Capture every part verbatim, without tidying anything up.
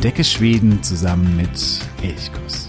Entdecke Schweden zusammen mit Elchkuss.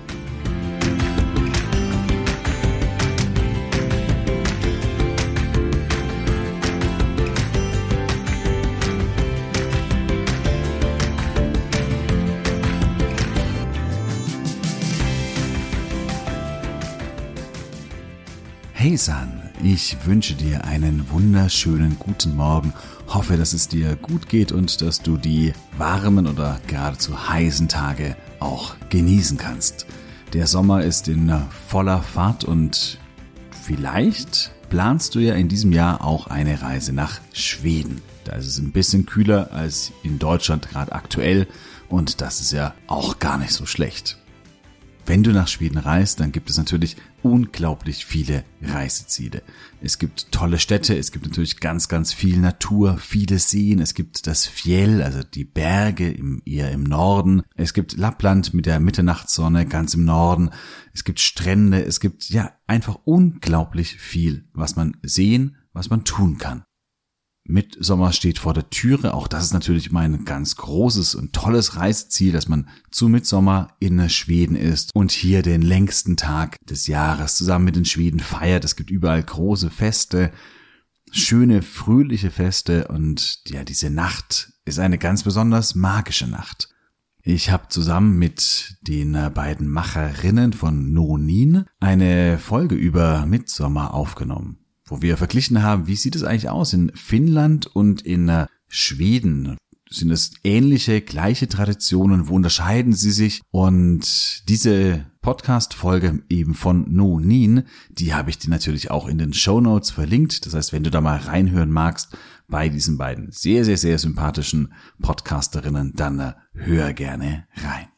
Hey San, ich wünsche dir einen wunderschönen guten Morgen. Hoffe, dass es dir gut geht und dass du die warmen oder geradezu heißen Tage auch genießen kannst. Der Sommer ist in voller Fahrt und vielleicht planst du ja in diesem Jahr auch eine Reise nach Schweden. Da ist es ein bisschen kühler als in Deutschland gerade aktuell und das ist ja auch gar nicht so schlecht. Wenn du nach Schweden reist, dann gibt es natürlich unglaublich viele Reiseziele. Es gibt tolle Städte, es gibt natürlich ganz, ganz viel Natur, viele Seen. Es gibt das Fjäll, also die Berge im, eher im Norden. Es gibt Lappland mit der Mitternachtssonne ganz im Norden. Es gibt Strände, es gibt ja einfach unglaublich viel, was man sehen, was man tun kann. Mitsommer steht vor der Türe. Auch das ist natürlich mein ganz großes und tolles Reiseziel, dass man zu Mitsommer in Schweden ist und hier den längsten Tag des Jahres zusammen mit den Schweden feiert. Es gibt überall große Feste, schöne, fröhliche Feste und ja, diese Nacht ist eine ganz besonders magische Nacht. Ich habe zusammen mit den beiden Macherinnen von Noonin eine Folge über Mitsommer aufgenommen, wo wir verglichen haben, wie sieht es eigentlich aus in Finnland und in Schweden? Sind es ähnliche, gleiche Traditionen? Wo unterscheiden sie sich? Und diese Podcast-Folge eben von Noonin, die habe ich dir natürlich auch in den Shownotes verlinkt. Das heißt, wenn du da mal reinhören magst bei diesen beiden sehr, sehr, sehr sympathischen Podcasterinnen, dann hör gerne rein.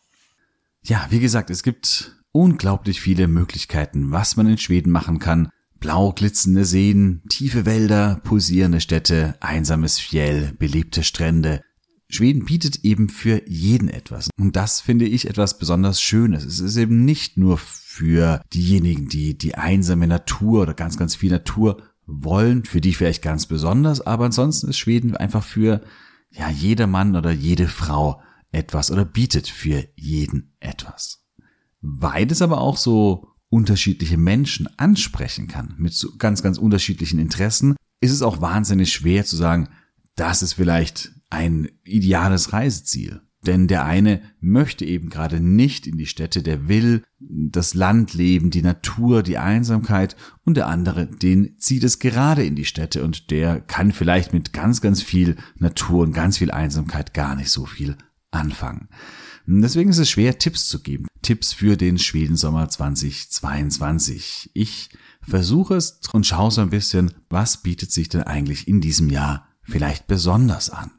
Ja, wie gesagt, es gibt unglaublich viele Möglichkeiten, was man in Schweden machen kann. Blau glitzernde Seen, tiefe Wälder, pulsierende Städte, einsames Fjäll, belebte Strände. Schweden bietet eben für jeden etwas. Und das finde ich etwas besonders Schönes. Es ist eben nicht nur für diejenigen, die die einsame Natur oder ganz, ganz viel Natur wollen, für die vielleicht ganz besonders, aber ansonsten ist Schweden einfach für ja jeder Mann oder jede Frau etwas oder bietet für jeden etwas. Weil es aber auch so unterschiedliche Menschen ansprechen kann, mit so ganz, ganz unterschiedlichen Interessen, ist es auch wahnsinnig schwer zu sagen, das ist vielleicht ein ideales Reiseziel. Denn der eine möchte eben gerade nicht in die Städte, der will das Land leben, die Natur, die Einsamkeit, und der andere, den zieht es gerade in die Städte und der kann vielleicht mit ganz, ganz viel Natur und ganz viel Einsamkeit gar nicht so viel anfangen. Deswegen ist es schwer, Tipps zu geben. Tipps für den Schwedensommer zweitausendzweiundzwanzig. Ich versuche es und schaue so ein bisschen, was bietet sich denn eigentlich in diesem Jahr vielleicht besonders an.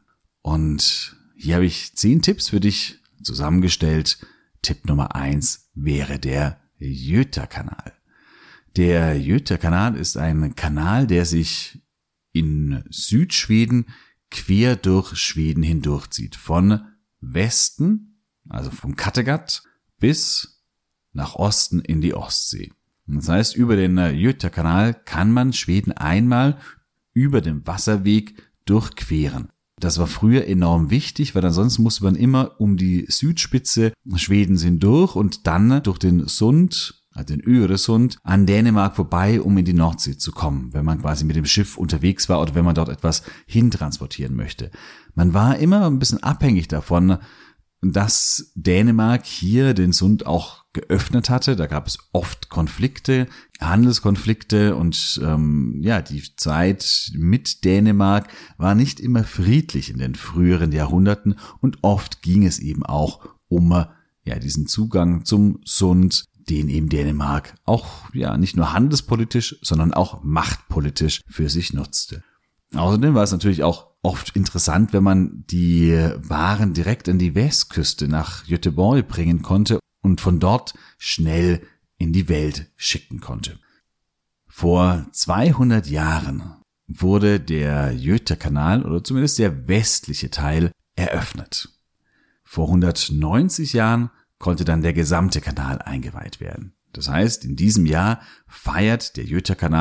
Und hier habe ich zehn Tipps für dich zusammengestellt. Tipp Nummer eins wäre der Götakanal. Der Götakanal ist ein Kanal, der sich in Südschweden quer durch Schweden hindurchzieht. Von Westen, also vom Kattegat, bis nach Osten in die Ostsee. Das heißt, über den Götakanal kann man Schweden einmal über den Wasserweg durchqueren. Das war früher enorm wichtig, weil ansonsten musste man immer um die Südspitze Schwedens hindurch und dann durch den Sund, also den Öresund, an Dänemark vorbei, um in die Nordsee zu kommen, wenn man quasi mit dem Schiff unterwegs war oder wenn man dort etwas hintransportieren möchte. Man war immer ein bisschen abhängig davon, dass Dänemark hier den Sund auch geöffnet hatte. Da gab es oft Konflikte, Handelskonflikte und ähm, ja, die Zeit mit Dänemark war nicht immer friedlich in den früheren Jahrhunderten und oft ging es eben auch um ja diesen Zugang zum Sund, den eben Dänemark auch ja nicht nur handelspolitisch, sondern auch machtpolitisch für sich nutzte. Außerdem war es natürlich auch oft interessant, wenn man die Waren direkt an die Westküste nach Göteborg bringen konnte und von dort schnell in die Welt schicken konnte. Vor zweihundert Jahren wurde der Götakanal oder zumindest der westliche Teil eröffnet. Vor hundertneunzig Jahren konnte dann der gesamte Kanal eingeweiht werden. Das heißt, in diesem Jahr feiert der Götakanal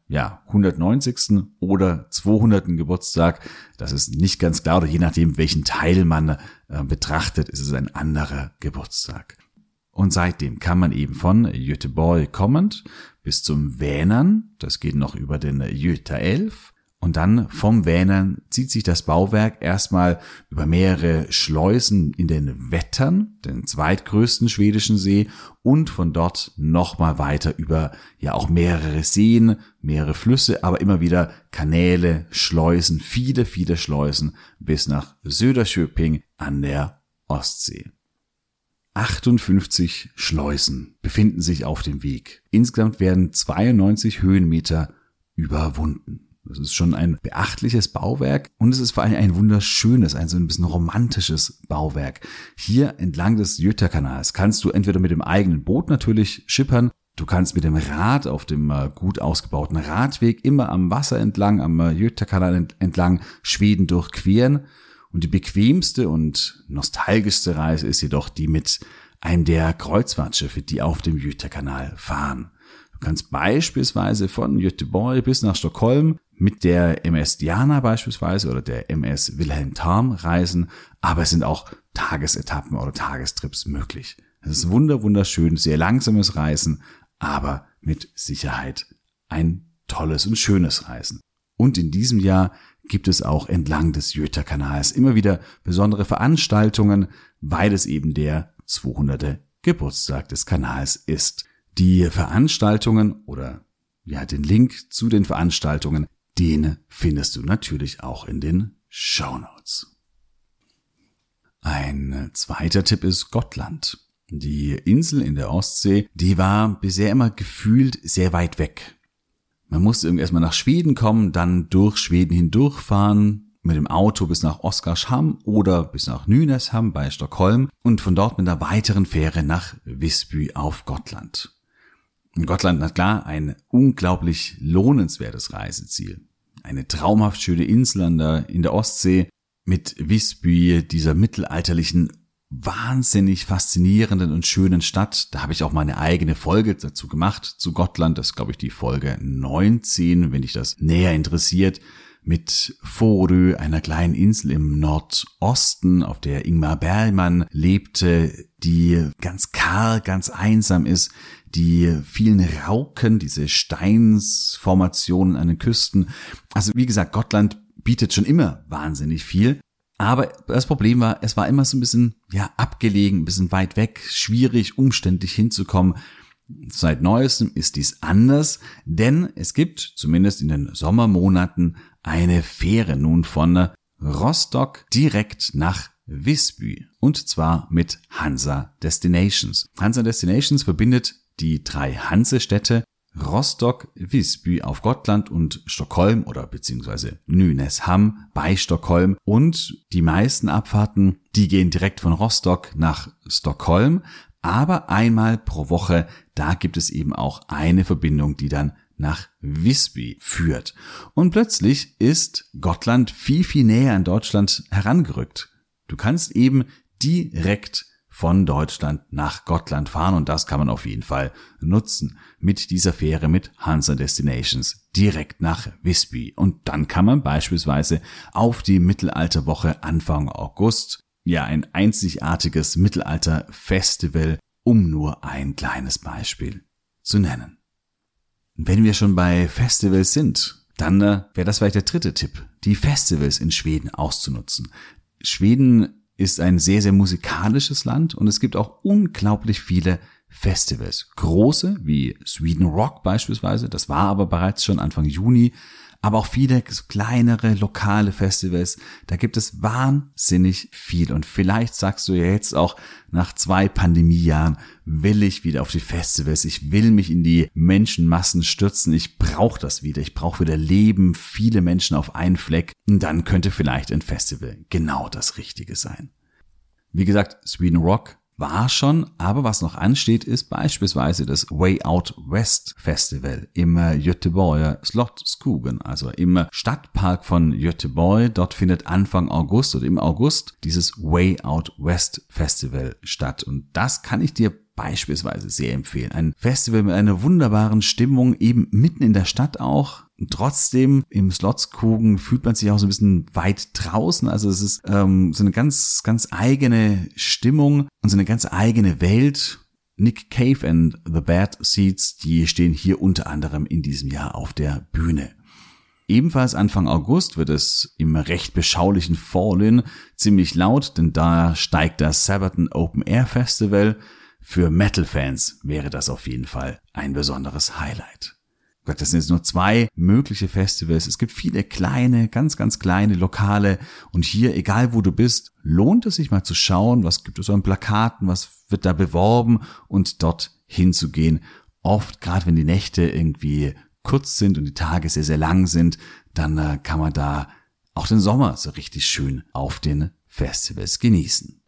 ja, hundertneunzigsten oder zweihundertsten Geburtstag. Das ist nicht ganz klar, oder je nachdem, welchen Teil man äh, betrachtet, ist es ein anderer Geburtstag. Und seitdem kann man eben von Göteborg kommend bis zum Vänern, das geht noch über den Göta elf, und dann vom Vänern zieht sich das Bauwerk erstmal über mehrere Schleusen in den Vättern, den zweitgrößten schwedischen See, und von dort nochmal weiter über ja auch mehrere Seen, mehrere Flüsse, aber immer wieder Kanäle, Schleusen, viele, viele Schleusen bis nach Söderköping an der Ostsee. achtundfünfzig Schleusen befinden sich auf dem Weg. Insgesamt werden zweiundneunzig Höhenmeter überwunden. Das ist schon ein beachtliches Bauwerk und es ist vor allem ein wunderschönes, ein so ein bisschen romantisches Bauwerk. Hier entlang des Götakanals kannst du entweder mit dem eigenen Boot natürlich schippern, du kannst mit dem Rad auf dem gut ausgebauten Radweg immer am Wasser entlang, am Götakanal entlang Schweden durchqueren. Und die bequemste und nostalgischste Reise ist jedoch die mit einem der Kreuzfahrtschiffe, die auf dem Götakanal fahren. Du kannst beispielsweise von Göteborg bis nach Stockholm mit der M S Diana beispielsweise oder der M S Wilhelm Tarm reisen, aber es sind auch Tagesetappen oder Tagestrips möglich. Es ist wunder wunderschön, sehr langsames Reisen, aber mit Sicherheit ein tolles und schönes Reisen. Und in diesem Jahr gibt es auch entlang des Götakanals immer wieder besondere Veranstaltungen, weil es eben der zweihundertste Geburtstag des Kanals ist. Die Veranstaltungen oder ja den Link zu den Veranstaltungen, den findest du natürlich auch in den Shownotes. Ein zweiter Tipp ist Gotland. Die Insel in der Ostsee, die war bisher immer gefühlt sehr weit weg. Man musste irgendwie erstmal nach Schweden kommen, dann durch Schweden hindurchfahren, mit dem Auto bis nach Oskarshamn oder bis nach Nynäshamn bei Stockholm und von dort mit einer weiteren Fähre nach Visby auf Gotland. Und Gotland, na klar, ein unglaublich lohnenswertes Reiseziel. Eine traumhaft schöne Insel an der, in der Ostsee mit Visby, dieser mittelalterlichen, wahnsinnig faszinierenden und schönen Stadt. Da habe ich auch mal eine eigene Folge dazu gemacht, zu Gotland. Das ist, glaube ich, die Folge neunzehn, wenn dich das näher interessiert. Mit Fårö, einer kleinen Insel im Nordosten, auf der Ingmar Bergman lebte, die ganz karg, ganz einsam ist, die vielen Rauken, diese Steinsformationen an den Küsten. Also wie gesagt, Gotland bietet schon immer wahnsinnig viel. Aber das Problem war, es war immer so ein bisschen ja abgelegen, ein bisschen weit weg, schwierig, umständlich hinzukommen. Seit Neuestem ist dies anders, denn es gibt zumindest in den Sommermonaten eine Fähre nun von Rostock direkt nach Visby und zwar mit Hansa Destinations. Hansa Destinations verbindet die drei Hansestädte Rostock, Visby auf Gotland und Stockholm oder beziehungsweise Nynäshamn bei Stockholm und die meisten Abfahrten, die gehen direkt von Rostock nach Stockholm, aber einmal pro Woche, da gibt es eben auch eine Verbindung, die dann nach Visby führt. Und plötzlich ist Gotland viel, viel näher an Deutschland herangerückt. Du kannst eben direkt von Deutschland nach Gotland fahren und das kann man auf jeden Fall nutzen mit dieser Fähre mit Hansa Destinations direkt nach Visby. Und dann kann man beispielsweise auf die Mittelalterwoche Anfang August, ja ein einzigartiges Mittelalter-Festival, um nur ein kleines Beispiel zu nennen. Wenn wir schon bei Festivals sind, dann äh, wäre das vielleicht der dritte Tipp, die Festivals in Schweden auszunutzen. Schweden ist ein sehr, sehr musikalisches Land und es gibt auch unglaublich viele Festivals. Große, wie Sweden Rock beispielsweise, das war aber bereits schon Anfang Juni, aber auch viele kleinere, lokale Festivals. Da gibt es wahnsinnig viel und vielleicht sagst du ja jetzt auch nach zwei Pandemiejahren, will ich wieder auf die Festivals, ich will mich in die Menschenmassen stürzen, ich brauche das wieder, ich brauche wieder Leben, viele Menschen auf einen Fleck und dann könnte vielleicht ein Festival genau das Richtige sein. Wie gesagt, Sweden Rock war schon, aber was noch ansteht, ist beispielsweise das Way Out West Festival im Göteborger Slottsskogen, also im Stadtpark von Göteborg. Dort findet Anfang August oder im August dieses Way Out West Festival statt. Und das kann ich dir beispielsweise sehr empfehlen. Ein Festival mit einer wunderbaren Stimmung, eben mitten in der Stadt auch. Und trotzdem im Slotskrogen fühlt man sich auch so ein bisschen weit draußen. Also es ist ähm, so eine ganz, ganz eigene Stimmung und so eine ganz eigene Welt. Nick Cave and the Bad Seeds, die stehen hier unter anderem in diesem Jahr auf der Bühne. Ebenfalls Anfang August wird es im recht beschaulichen Fallin ziemlich laut, denn da steigt das Sabaton Open Air Festival. Für Metal-Fans wäre das auf jeden Fall ein besonderes Highlight. Das sind jetzt nur zwei mögliche Festivals. Es gibt viele kleine, ganz, ganz kleine Lokale. Und hier, egal wo du bist, lohnt es sich mal zu schauen, was gibt es an Plakaten, was wird da beworben und dort hinzugehen. Oft, gerade wenn die Nächte irgendwie kurz sind und die Tage sehr, sehr lang sind, dann äh, kann man da auch den Sommer so richtig schön auf den Festivals genießen.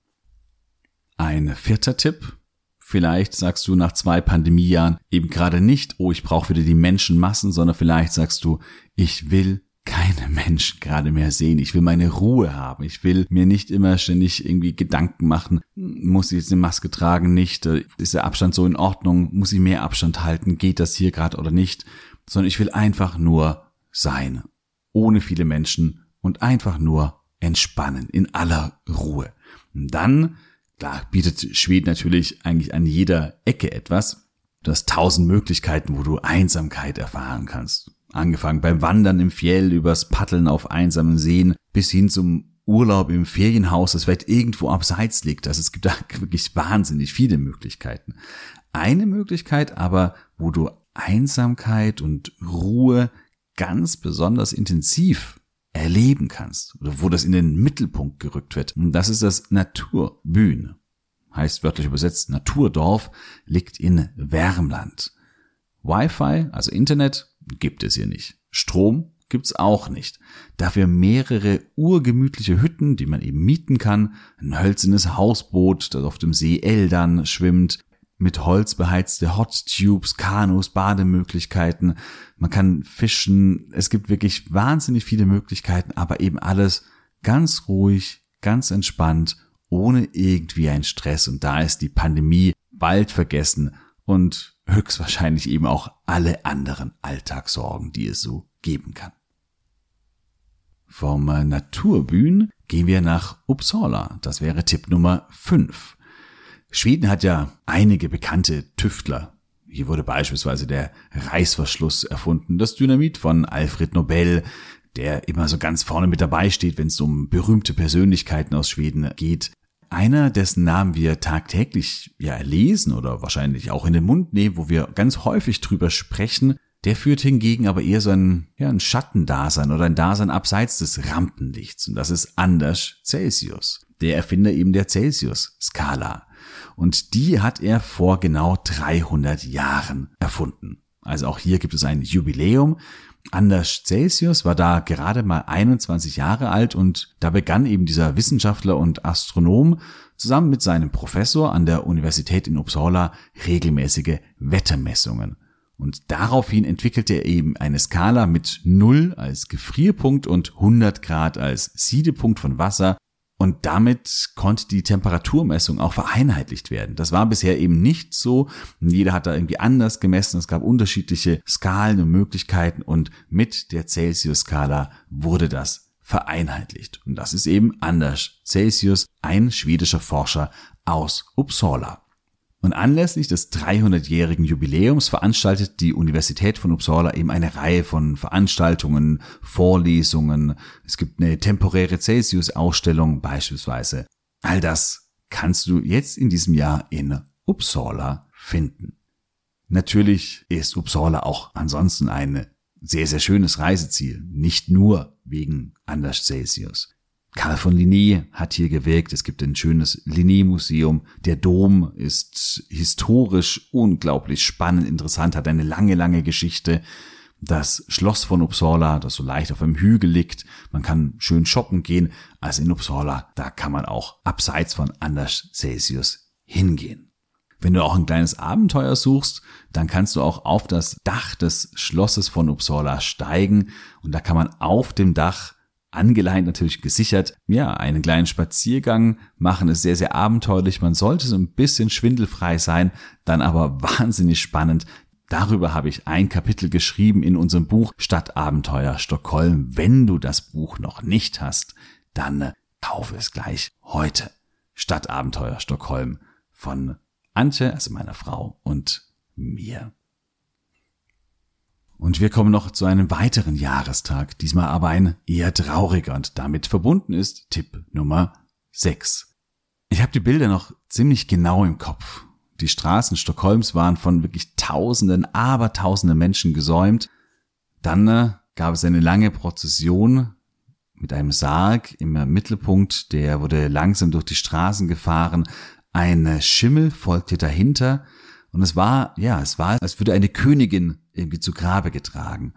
Ein vierter Tipp. Vielleicht sagst du nach zwei Pandemiejahren eben gerade nicht, oh, ich brauche wieder die Menschenmassen, sondern vielleicht sagst du, ich will keine Menschen gerade mehr sehen. Ich will meine Ruhe haben. Ich will mir nicht immer ständig irgendwie Gedanken machen, muss ich jetzt eine Maske tragen, nicht? Ist der Abstand so in Ordnung? Muss ich mehr Abstand halten? Geht das hier gerade oder nicht? Sondern ich will einfach nur sein, ohne viele Menschen und einfach nur entspannen, in aller Ruhe. Und dann, klar, bietet Schweden natürlich eigentlich an jeder Ecke etwas. Du hast tausend Möglichkeiten, wo du Einsamkeit erfahren kannst. Angefangen beim Wandern im Fjell, übers Paddeln auf einsamen Seen, bis hin zum Urlaub im Ferienhaus, das vielleicht irgendwo abseits liegt. Also es gibt da wirklich wahnsinnig viele Möglichkeiten. Eine Möglichkeit aber, wo du Einsamkeit und Ruhe ganz besonders intensiv erleben kannst oder wo das in den Mittelpunkt gerückt wird. Und das ist das Naturbühn. Heißt wörtlich übersetzt Naturdorf, liegt in Värmland. Wi-Fi, also Internet, gibt es hier nicht. Strom gibt's auch nicht. Dafür mehrere urgemütliche Hütten, die man eben mieten kann. Ein hölzernes Hausboot, das auf dem See Eldern schwimmt. Mit Holz beheizte Hot Tubes, Kanus, Bademöglichkeiten. Man kann fischen. Es gibt wirklich wahnsinnig viele Möglichkeiten, aber eben alles ganz ruhig, ganz entspannt, ohne irgendwie einen Stress. Und da ist die Pandemie bald vergessen und höchstwahrscheinlich eben auch alle anderen Alltagssorgen, die es so geben kann. Vom Naturbühn gehen wir nach Uppsala. Das wäre Tipp Nummer fünf. Schweden hat ja einige bekannte Tüftler. Hier wurde beispielsweise der Reißverschluss erfunden, das Dynamit von Alfred Nobel, der immer so ganz vorne mit dabei steht, wenn es um berühmte Persönlichkeiten aus Schweden geht. Einer, dessen Namen wir tagtäglich ja lesen oder wahrscheinlich auch in den Mund nehmen, wo wir ganz häufig drüber sprechen, der führt hingegen aber eher so ein, ja, ein Schattendasein oder ein Dasein abseits des Rampenlichts. Und das ist Anders Celsius, der Erfinder eben der Celsius-Skala. Und die hat er vor genau dreihundert Jahren erfunden. Also auch hier gibt es ein Jubiläum. Anders Celsius war da gerade mal einundzwanzig Jahre alt und da begann eben dieser Wissenschaftler und Astronom zusammen mit seinem Professor an der Universität in Uppsala regelmäßige Wettermessungen. Und daraufhin entwickelte er eben eine Skala mit null als Gefrierpunkt und hundert Grad als Siedepunkt von Wasser. Und damit konnte die Temperaturmessung auch vereinheitlicht werden. Das war bisher eben nicht so. Jeder hat da irgendwie anders gemessen. Es gab unterschiedliche Skalen und Möglichkeiten. Und mit der Celsius-Skala wurde das vereinheitlicht. Und das ist eben Anders Celsius, ein schwedischer Forscher aus Uppsala. Und anlässlich des dreihundertjährigen Jubiläums veranstaltet die Universität von Uppsala eben eine Reihe von Veranstaltungen, Vorlesungen. Es gibt eine temporäre Celsius-Ausstellung beispielsweise. All das kannst du jetzt in diesem Jahr in Uppsala finden. Natürlich ist Uppsala auch ansonsten ein sehr, sehr schönes Reiseziel. Nicht nur wegen Anders Celsius. Carl von Linné hat hier gewirkt. Es gibt ein schönes Linné-Museum. Der Dom ist historisch unglaublich spannend, interessant, hat eine lange, lange Geschichte. Das Schloss von Uppsala, das so leicht auf einem Hügel liegt. Man kann schön shoppen gehen. Also in Uppsala, da kann man auch abseits von Anders Celsius hingehen. Wenn du auch ein kleines Abenteuer suchst, dann kannst du auch auf das Dach des Schlosses von Uppsala steigen. Und da kann man auf dem Dach angeleint, natürlich gesichert, ja, einen kleinen Spaziergang machen, ist sehr, sehr abenteuerlich. Man sollte so ein bisschen schwindelfrei sein, dann aber wahnsinnig spannend. Darüber habe ich ein Kapitel geschrieben in unserem Buch Stadtabenteuer Stockholm. Wenn du das Buch noch nicht hast, dann kaufe es gleich heute. Stadtabenteuer Stockholm von Antje, also meiner Frau, und mir. Und wir kommen noch zu einem weiteren Jahrestag, diesmal aber ein eher trauriger, und damit verbunden ist Tipp Nummer sechs. Ich habe die Bilder noch ziemlich genau im Kopf. Die Straßen Stockholms waren von wirklich Tausenden, aber Tausenden Menschen gesäumt. Dann äh, gab es eine lange Prozession mit einem Sarg im Mittelpunkt, der wurde langsam durch die Straßen gefahren. Ein Schimmel folgte dahinter. Und es war, ja, es war, als würde eine Königin irgendwie zu Grabe getragen.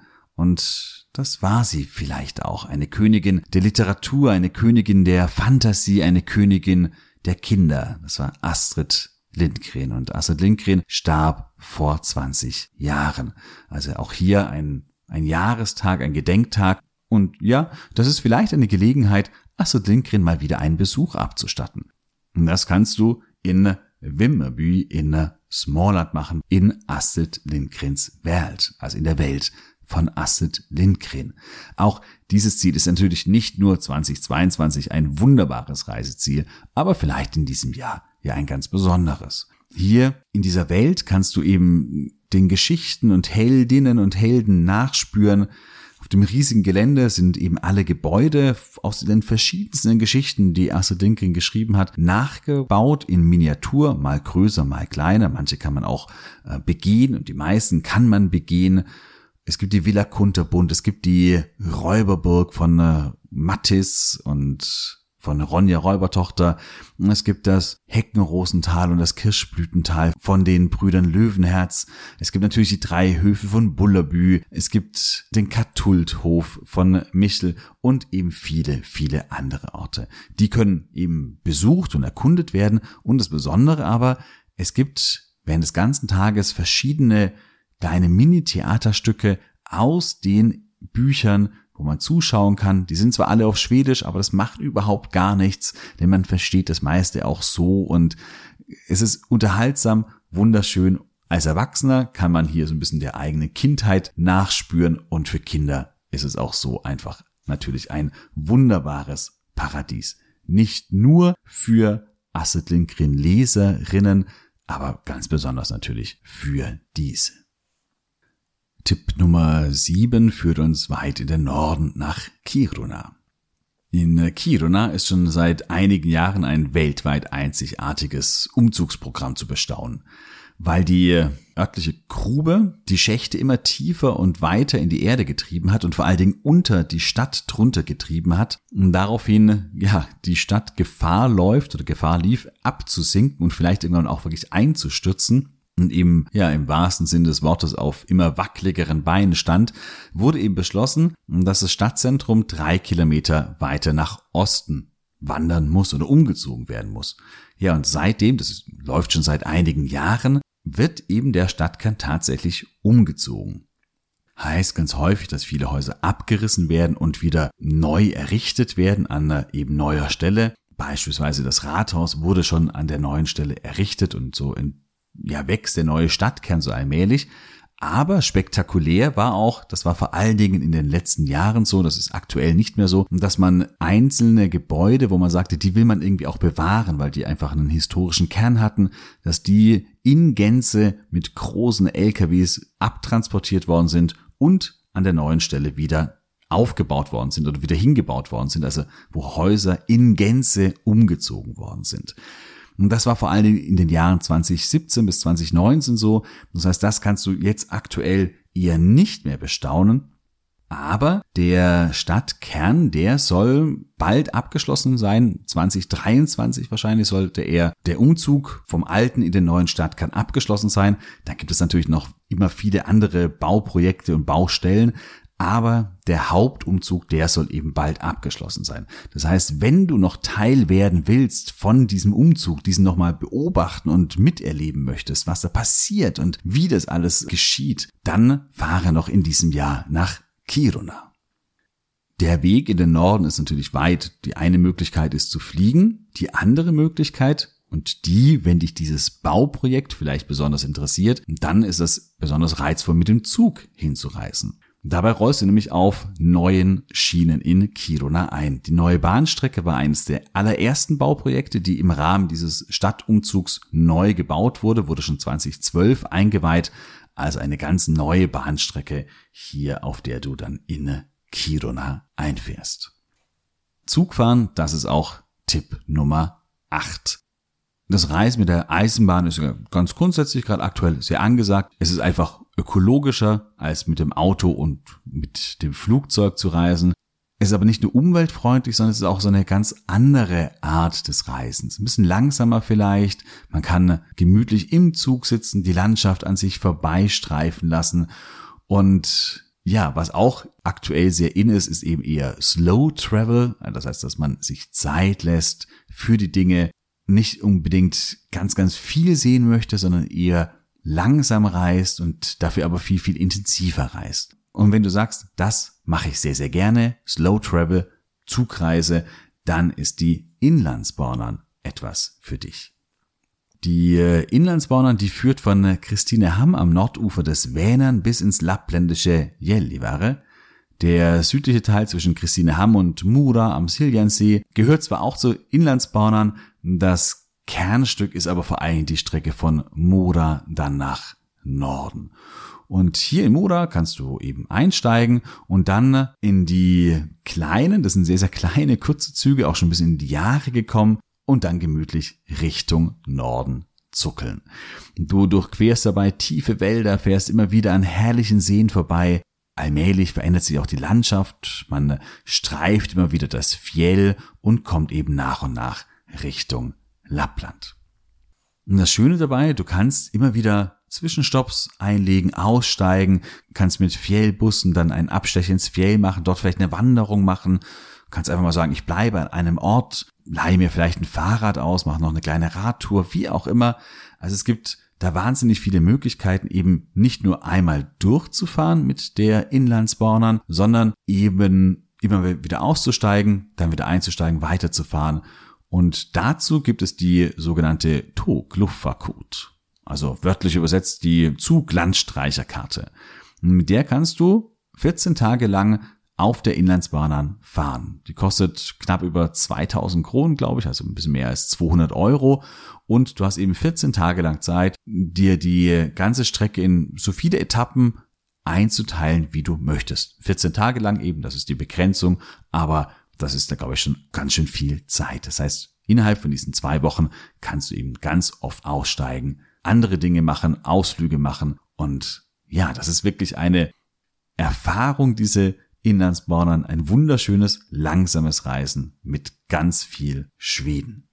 Und das war sie vielleicht auch. Eine Königin der Literatur, eine Königin der Fantasie, eine Königin der Kinder. Das war Astrid Lindgren. Und Astrid Lindgren starb vor zwanzig Jahren. Also auch hier ein, ein Jahrestag, ein Gedenktag. Und ja, das ist vielleicht eine Gelegenheit, Astrid Lindgren mal wieder einen Besuch abzustatten. Und das kannst du in Vimmerby in Småland machen, in Astrid Lindgrens Welt, also in der Welt von Astrid Lindgren. Auch dieses Ziel ist natürlich nicht nur zweitausendzweiundzwanzig ein wunderbares Reiseziel, aber vielleicht in diesem Jahr ja ein ganz besonderes. Hier in dieser Welt kannst du eben den Geschichten und Heldinnen und Helden nachspüren. Auf dem riesigen Gelände sind eben alle Gebäude aus den verschiedensten Geschichten, die Astrid Lindgren geschrieben hat, nachgebaut in Miniatur, mal größer, mal kleiner. Manche kann man auch äh, begehen und die meisten kann man begehen. Es gibt die Villa Kunterbund, es gibt die Räuberburg von äh, Mattis und von Ronja Räubertochter. Es gibt das Heckenrosental und das Kirschblütental von den Brüdern Löwenherz. Es gibt natürlich die drei Höfe von Bullerbü. Es gibt den Katulthof von Michel und eben viele, viele andere Orte. Die können eben besucht und erkundet werden. Und das Besondere aber, es gibt während des ganzen Tages verschiedene kleine Mini-Theaterstücke aus den Büchern, wo man zuschauen kann. Die sind zwar alle auf Schwedisch, aber das macht überhaupt gar nichts, denn man versteht das meiste auch so und es ist unterhaltsam, wunderschön. Als Erwachsener kann man hier so ein bisschen der eigenen Kindheit nachspüren und für Kinder ist es auch so einfach natürlich ein wunderbares Paradies. Nicht nur für Astrid Lindgren Leserinnen, aber ganz besonders natürlich für diese. Tipp Nummer sieben führt uns weit in den Norden nach Kiruna. In Kiruna ist schon seit einigen Jahren ein weltweit einzigartiges Umzugsprogramm zu bestaunen, weil die örtliche Grube die Schächte immer tiefer und weiter in die Erde getrieben hat und vor allen Dingen unter die Stadt drunter getrieben hat und daraufhin ja die Stadt Gefahr läuft oder Gefahr lief, abzusinken und vielleicht irgendwann auch wirklich einzustürzen. Und eben, ja, im wahrsten Sinne des Wortes auf immer wackeligeren Beinen stand, wurde eben beschlossen, dass das Stadtzentrum drei Kilometer weiter nach Osten wandern muss oder umgezogen werden muss. Ja, und seitdem, das ist, läuft schon seit einigen Jahren, wird eben der Stadtkern tatsächlich umgezogen. Heißt ganz häufig, dass viele Häuser abgerissen werden und wieder neu errichtet werden an eben neuer Stelle. Beispielsweise das Rathaus wurde schon an der neuen Stelle errichtet und so in ja, wächst der neue Stadtkern so allmählich. Aber spektakulär war auch, das war vor allen Dingen in den letzten Jahren so, das ist aktuell nicht mehr so, dass man einzelne Gebäude, wo man sagte, die will man irgendwie auch bewahren, weil die einfach einen historischen Kern hatten, dass die in Gänze mit großen L K Ws abtransportiert worden sind und an der neuen Stelle wieder aufgebaut worden sind oder wieder hingebaut worden sind, also wo Häuser in Gänze umgezogen worden sind. Und das war vor allen Dingen in den Jahren zwanzig siebzehn bis zwanzig neunzehn so. Das heißt, das kannst du jetzt aktuell eher nicht mehr bestaunen. Aber der Stadtkern, der soll bald abgeschlossen sein. zwanzig dreiundzwanzig wahrscheinlich sollte er der Umzug vom alten in den neuen Stadtkern abgeschlossen sein. Dann gibt es natürlich noch immer viele andere Bauprojekte und Baustellen. Aber der Hauptumzug, der soll eben bald abgeschlossen sein. Das heißt, wenn du noch Teil werden willst von diesem Umzug, diesen nochmal beobachten und miterleben möchtest, was da passiert und wie das alles geschieht, dann fahre noch in diesem Jahr nach Kiruna. Der Weg in den Norden ist natürlich weit. Die eine Möglichkeit ist zu fliegen. Die andere Möglichkeit, und die, wenn dich dieses Bauprojekt vielleicht besonders interessiert, dann ist es besonders reizvoll, mit dem Zug hinzureisen. Dabei rollst du nämlich auf neuen Schienen in Kiruna ein. Die neue Bahnstrecke war eines der allerersten Bauprojekte, die im Rahmen dieses Stadtumzugs neu gebaut wurde, wurde schon zweitausendzwölf eingeweiht. Also eine ganz neue Bahnstrecke hier, auf der du dann in Kiruna einfährst. Zugfahren, das ist auch Tipp Nummer acht. Das Reisen mit der Eisenbahn ist ganz grundsätzlich gerade aktuell sehr angesagt. Es ist einfach ökologischer, als mit dem Auto und mit dem Flugzeug zu reisen. Es ist aber nicht nur umweltfreundlich, sondern es ist auch so eine ganz andere Art des Reisens. Ein bisschen langsamer vielleicht. Man kann gemütlich im Zug sitzen, die Landschaft an sich vorbeistreifen lassen. Und ja, was auch aktuell sehr in ist, ist eben eher Slow Travel. Das heißt, dass man sich Zeit lässt für die Dinge, nicht unbedingt ganz, ganz viel sehen möchte, sondern eher langsam reist und dafür aber viel, viel intensiver reist. Und wenn du sagst, das mache ich sehr, sehr gerne, Slow Travel, Zugreise, dann ist die Inlandsbanan etwas für dich. Die Inlandsbanan, die führt von Kristinehamn am Nordufer des Vänern bis ins lappländische Gällivare. Der südliche Teil zwischen Kristinehamn und Mura am Siljansee gehört zwar auch zur Inlandsbanan, das Kernstück ist aber vor allem die Strecke von Mura dann nach Norden. Und hier in Mura kannst du eben einsteigen und dann in die kleinen, das sind sehr, sehr kleine, kurze Züge, auch schon ein bisschen in die Jahre gekommen und dann gemütlich Richtung Norden zuckeln. Du durchquerst dabei tiefe Wälder, fährst immer wieder an herrlichen Seen vorbei. Allmählich verändert sich auch die Landschaft, man streift immer wieder das Fjell und kommt eben nach und nach Richtung Lappland. Und das Schöne dabei, du kannst immer wieder Zwischenstopps einlegen, aussteigen, kannst mit Fjellbussen dann einen Abstecher ins Fjell machen, dort vielleicht eine Wanderung machen, kannst einfach mal sagen, ich bleibe an einem Ort, leihe mir vielleicht ein Fahrrad aus, mache noch eine kleine Radtour, wie auch immer. Also es gibt da wahnsinnig viele Möglichkeiten, eben nicht nur einmal durchzufahren mit der Inlandsbanan, sondern eben immer wieder auszusteigen, dann wieder einzusteigen, weiterzufahren. Und dazu gibt es die sogenannte Tågluffakort, also wörtlich übersetzt die Zuglandstreicherkarte. Mit der kannst du vierzehn Tage lang auf der Inlandsbanan fahren. Die kostet knapp über zweitausend Kronen, glaube ich, also ein bisschen mehr als zweihundert Euro. Und du hast eben vierzehn Tage lang Zeit, dir die ganze Strecke in so viele Etappen einzuteilen, wie du möchtest. vierzehn Tage lang eben, das ist die Begrenzung, aber das ist da, glaube ich, schon ganz schön viel Zeit. Das heißt, innerhalb von diesen zwei Wochen kannst du eben ganz oft aussteigen, andere Dinge machen, Ausflüge machen. Und ja, das ist wirklich eine Erfahrung, diese Inlandsbanan, ein wunderschönes, langsames Reisen mit ganz viel Schweden.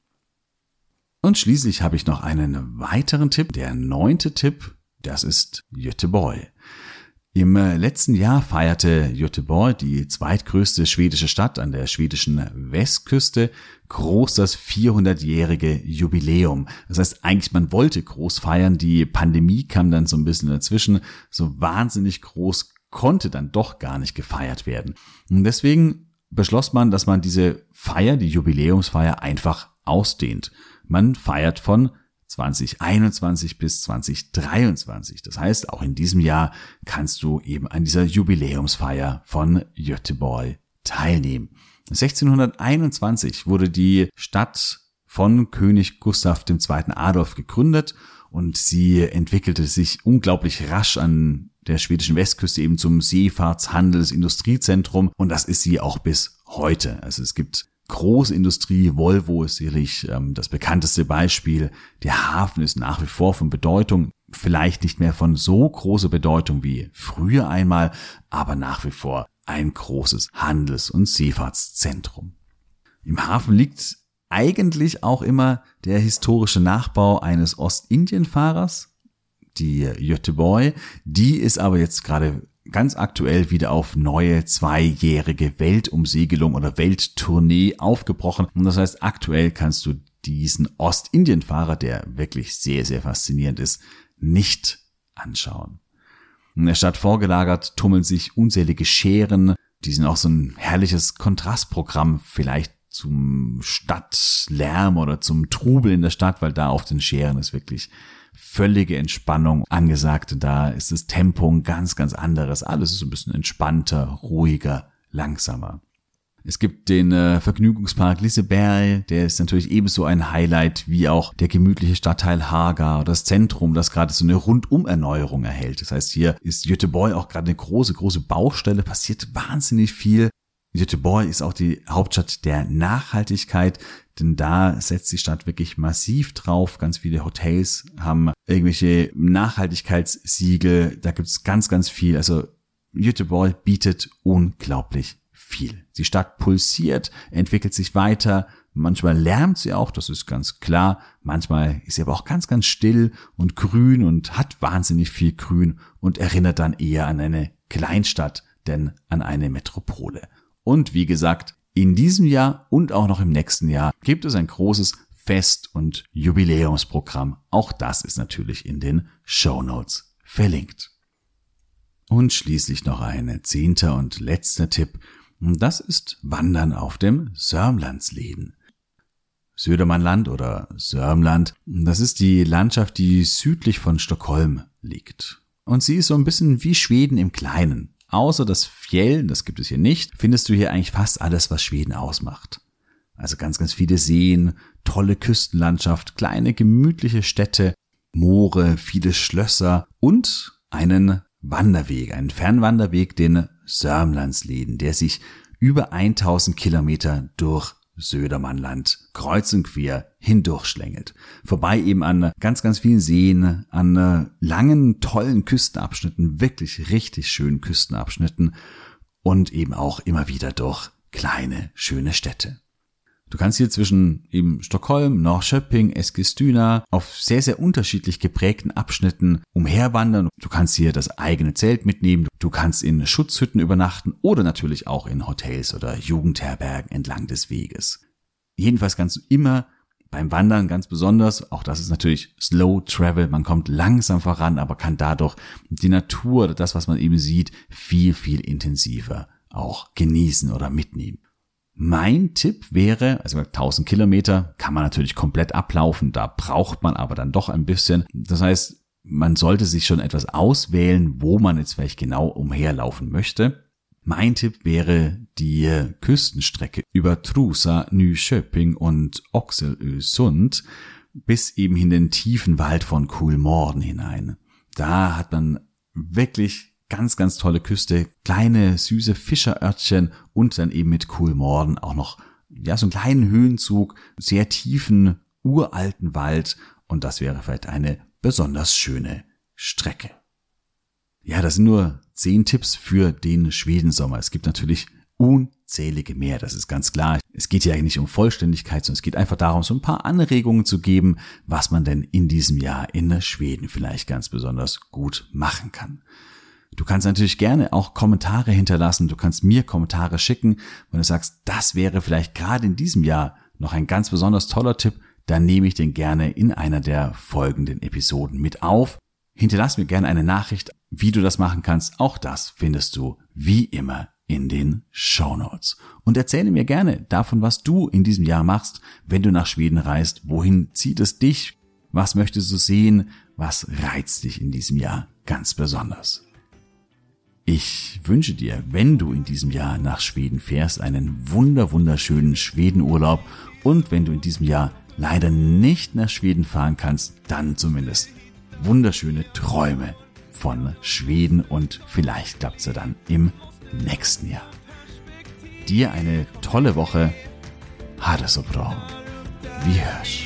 Und schließlich habe ich noch einen weiteren Tipp, der neunte Tipp, das ist Göteborg. Im letzten Jahr feierte Göteborg, die zweitgrößte schwedische Stadt an der schwedischen Westküste, groß das vierhundertjährige Jubiläum. Das heißt, eigentlich man wollte groß feiern, die Pandemie kam dann so ein bisschen dazwischen, so wahnsinnig groß konnte dann doch gar nicht gefeiert werden. Und deswegen beschloss man, dass man diese Feier, die Jubiläumsfeier, einfach ausdehnt. Man feiert von zwanzig einundzwanzig bis zwanzig dreiundzwanzig. Das heißt, auch in diesem Jahr kannst du eben an dieser Jubiläumsfeier von Göteborg teilnehmen. sechzehnhunderteinundzwanzig wurde die Stadt von König Gustav der Zweite. Adolf gegründet und sie entwickelte sich unglaublich rasch an der schwedischen Westküste eben zum Seefahrts-, Handels-, Industriezentrum und das ist sie auch bis heute. Also es gibt Großindustrie, Volvo ist sicherlich ähm, das bekannteste Beispiel. Der Hafen ist nach wie vor von Bedeutung, vielleicht nicht mehr von so großer Bedeutung wie früher einmal, aber nach wie vor ein großes Handels- und Seefahrtszentrum. Im Hafen liegt eigentlich auch immer der historische Nachbau eines Ostindienfahrers, die Göteborg. Die ist aber jetzt gerade ganz aktuell wieder auf neue zweijährige Weltumsegelung oder Welttournee aufgebrochen. Und das heißt, aktuell kannst du diesen Ostindienfahrer, der wirklich sehr, sehr faszinierend ist, nicht anschauen. In der Stadt vorgelagert tummeln sich unzählige Schären, Die sind auch so ein herrliches Kontrastprogramm vielleicht zum Stadtlärm oder zum Trubel in der Stadt, weil da auf den Schären ist wirklich völlige Entspannung angesagt. Da ist das Tempo ein ganz, ganz anderes. Alles ist ein bisschen entspannter, ruhiger, langsamer. Es gibt den äh, Vergnügungspark Liseberg, der ist natürlich ebenso ein Highlight wie auch der gemütliche Stadtteil Haga oder das Zentrum, das gerade so eine Rundumerneuerung erhält. Das heißt, hier ist Göteborg auch gerade eine große, große Baustelle, passiert wahnsinnig viel. Göteborg ist auch die Hauptstadt der Nachhaltigkeit, denn da setzt die Stadt wirklich massiv drauf. Ganz viele Hotels haben irgendwelche Nachhaltigkeitssiegel, da gibt es ganz, ganz viel. Also Göteborg bietet unglaublich viel. Die Stadt pulsiert, entwickelt sich weiter, manchmal lärmt sie auch, das ist ganz klar, manchmal ist sie aber auch ganz, ganz still und grün und hat wahnsinnig viel Grün und erinnert dann eher an eine Kleinstadt, denn an eine Metropole. Und wie gesagt, in diesem Jahr und auch noch im nächsten Jahr gibt es ein großes Fest- und Jubiläumsprogramm. Auch das ist natürlich in den Shownotes verlinkt. Und schließlich noch ein zehnter und letzter Tipp. Das ist Wandern auf dem Sörmlandsleden. Södermanland oder Sörmland, das ist die Landschaft, die südlich von Stockholm liegt. Und sie ist so ein bisschen wie Schweden im Kleinen. Außer das Fjell, das gibt es hier nicht, findest du hier eigentlich fast alles, was Schweden ausmacht. Also ganz, ganz viele Seen, tolle Küstenlandschaft, kleine gemütliche Städte, Moore, viele Schlösser und einen Wanderweg, einen Fernwanderweg, den Sörmlandsleden, der sich über tausend Kilometer durch Södermanland kreuz und quer hindurchschlängelt. Vorbei eben an ganz, ganz vielen Seen, an langen, tollen Küstenabschnitten, wirklich richtig schönen Küstenabschnitten und eben auch immer wieder durch kleine, schöne Städte. Du kannst hier zwischen eben Stockholm, Norrköping, Eskilstuna auf sehr, sehr unterschiedlich geprägten Abschnitten umherwandern. Du kannst hier das eigene Zelt mitnehmen, du kannst in Schutzhütten übernachten oder natürlich auch in Hotels oder Jugendherbergen entlang des Weges. Jedenfalls kannst du immer beim Wandern ganz besonders, auch das ist natürlich Slow Travel, man kommt langsam voran, aber kann dadurch die Natur oder das, was man eben sieht, viel, viel intensiver auch genießen oder mitnehmen. Mein Tipp wäre, also tausend Kilometer kann man natürlich komplett ablaufen, da braucht man aber dann doch ein bisschen. Das heißt, man sollte sich schon etwas auswählen, wo man jetzt vielleicht genau umherlaufen möchte. Mein Tipp wäre die Küstenstrecke über Trusa, Nyköping und Oxelösund bis eben in den tiefen Wald von Kolmården hinein. Da hat man wirklich ganz, ganz tolle Küste, kleine, süße Fischerörtchen und dann eben mit Kolmården auch noch, ja, so einen kleinen Höhenzug, sehr tiefen, uralten Wald und das wäre vielleicht eine besonders schöne Strecke. Ja, das sind nur zehn Tipps für den Schwedensommer. Es gibt natürlich unzählige mehr, das ist ganz klar. Es geht ja eigentlich nicht um Vollständigkeit, sondern es geht einfach darum, so ein paar Anregungen zu geben, was man denn in diesem Jahr in Schweden vielleicht ganz besonders gut machen kann. Du kannst natürlich gerne auch Kommentare hinterlassen, du kannst mir Kommentare schicken, wenn du sagst, das wäre vielleicht gerade in diesem Jahr noch ein ganz besonders toller Tipp, dann nehme ich den gerne in einer der folgenden Episoden mit auf. Hinterlass mir gerne eine Nachricht, wie du das machen kannst, auch das findest du wie immer in den Shownotes. Und erzähle mir gerne davon, was du in diesem Jahr machst, wenn du nach Schweden reist, wohin zieht es dich, was möchtest du sehen, was reizt dich in diesem Jahr ganz besonders. Ich wünsche dir, wenn du in diesem Jahr nach Schweden fährst, einen wunder, wunderschönen Schwedenurlaub und wenn du in diesem Jahr leider nicht nach Schweden fahren kannst, dann zumindest wunderschöne Träume von Schweden und vielleicht klappt es ja dann im nächsten Jahr. Dir eine tolle Woche. Ha det så bra. Vi hörs.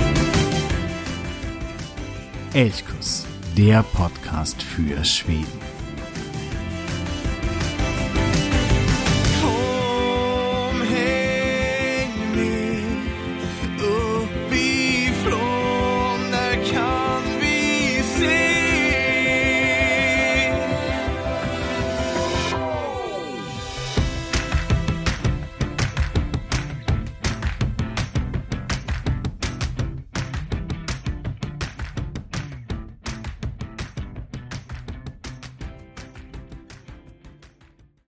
Älgkurs, der Podcast für Schweden.